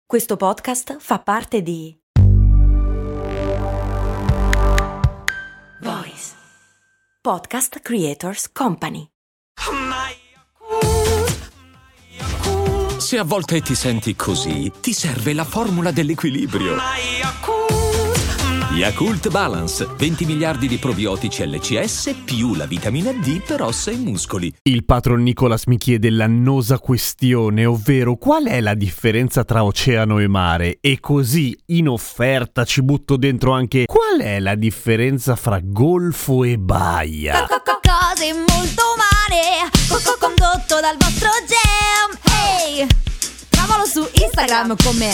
Questo podcast fa parte di Voice Podcast Creators Company. Se a volte ti senti così, ti serve la formula dell'equilibrio. Yakult Balance, 20 miliardi di probiotici LCS più la vitamina D per ossa e muscoli. Il patron Nicolas mi chiede l'annosa questione, ovvero qual è la differenza tra oceano e mare? E così, in offerta, ci butto dentro anche qual è la differenza fra golfo e baia? Cose molto umane, condotto dal vostro Gem. Hey! Trovalo su Instagram come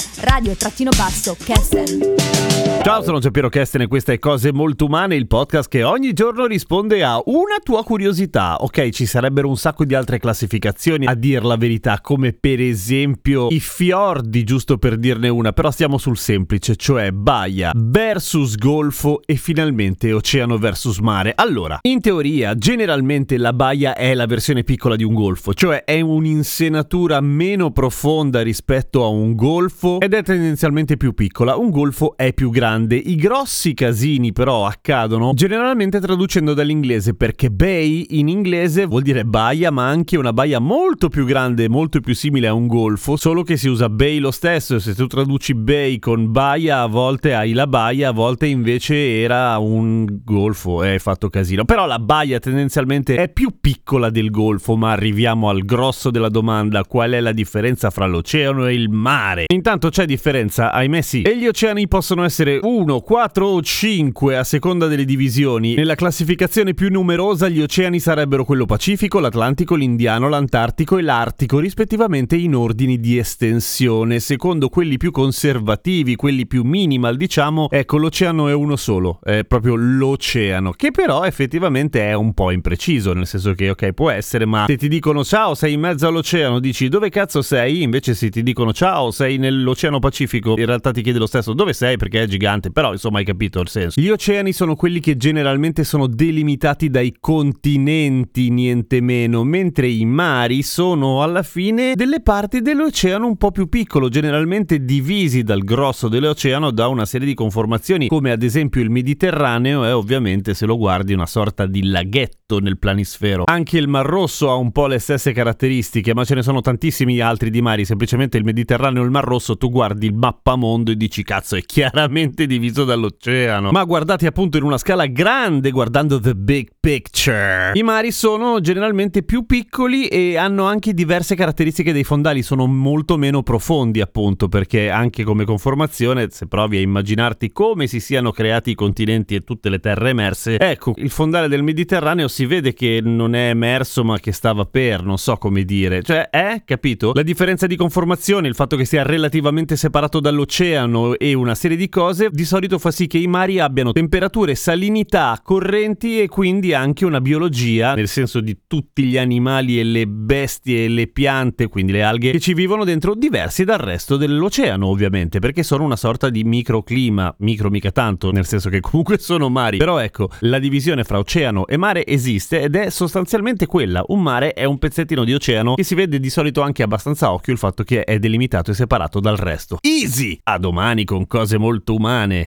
radio_Kesten. Ciao, sono Giampiero Kesten e questa è Cose Molto Umane, il podcast che ogni giorno risponde a una tua curiosità. Ok, ci sarebbero un sacco di altre classificazioni, a dir la verità, come per esempio i fiordi, giusto per dirne una, però stiamo sul semplice, cioè baia versus golfo e finalmente oceano versus mare. Allora, in teoria, generalmente la baia è la versione piccola di un golfo, cioè è un'insenatura meno profonda rispetto a un golfo ed è tendenzialmente più piccola. Un golfo è più grande. I grossi casini però accadono generalmente traducendo dall'inglese, perché bay in inglese vuol dire baia, ma anche una baia molto più grande, molto più simile a un golfo, solo che si usa bay lo stesso. Se tu traduci bay con baia, a volte hai la baia, a volte invece era un golfo e hai fatto casino. Però la baia tendenzialmente è più piccola del golfo, ma arriviamo al grosso della domanda: qual è la differenza fra l'oceano e il mare? Intanto c'è differenza, ahimè sì, e gli oceani possono essere 1, 4 o 5 a seconda delle divisioni. Nella classificazione più numerosa gli oceani sarebbero quello Pacifico, l'Atlantico, l'Indiano, l'Antartico e l'Artico, rispettivamente in ordini di estensione. Secondo quelli più conservativi, quelli più minimal, diciamo, ecco, l'oceano è uno solo, è proprio l'oceano, che però effettivamente è un po' impreciso, nel senso che ok, può essere, ma se ti dicono ciao, sei in mezzo all'oceano, dici dove cazzo sei? Invece se ti dicono ciao, sei nell'oceano Pacifico, in realtà ti chiede lo stesso dove sei, perché è gigante, però insomma hai capito il senso. Gli oceani sono quelli che generalmente sono delimitati dai continenti, niente meno, mentre i mari sono alla fine delle parti dell'oceano un po' più piccolo, generalmente divisi dal grosso dell'oceano da una serie di conformazioni, come ad esempio il Mediterraneo è ovviamente, se lo guardi, una sorta di laghetto nel planisfero. Anche il Mar Rosso ha un po' le stesse caratteristiche, ma ce ne sono tantissimi altri di mari. Semplicemente il Mediterraneo e il Mar Rosso, tu guardi il mappamondo e dici cazzo, è chiaramente diviso dall'oceano. Ma guardati appunto in una scala grande, guardando the big picture, i mari sono generalmente più piccoli e hanno anche diverse caratteristiche dei fondali, sono molto meno profondi appunto, perché anche come conformazione, se provi a immaginarti come si siano creati i continenti e tutte le terre emerse, ecco, il fondale del Mediterraneo si vede che non è emerso ma che stava per, non so come dire, cioè capito? La differenza di conformazione, il fatto che sia relativamente separato dall'oceano e una serie di cose di solito fa sì che i mari abbiano temperature, salinità, correnti e quindi anche una biologia, nel senso di tutti gli animali e le bestie e le piante, quindi le alghe, che ci vivono dentro, diversi dal resto dell'oceano ovviamente, perché sono una sorta di microclima, micro mica tanto, nel senso che comunque sono mari, però ecco, la divisione fra oceano e mare esiste ed è sostanzialmente quella. Un mare è un pezzettino di oceano che si vede di solito anche abbastanza a occhio, il fatto che è delimitato e separato dal resto. Easy! A domani con Cose Molto Umane.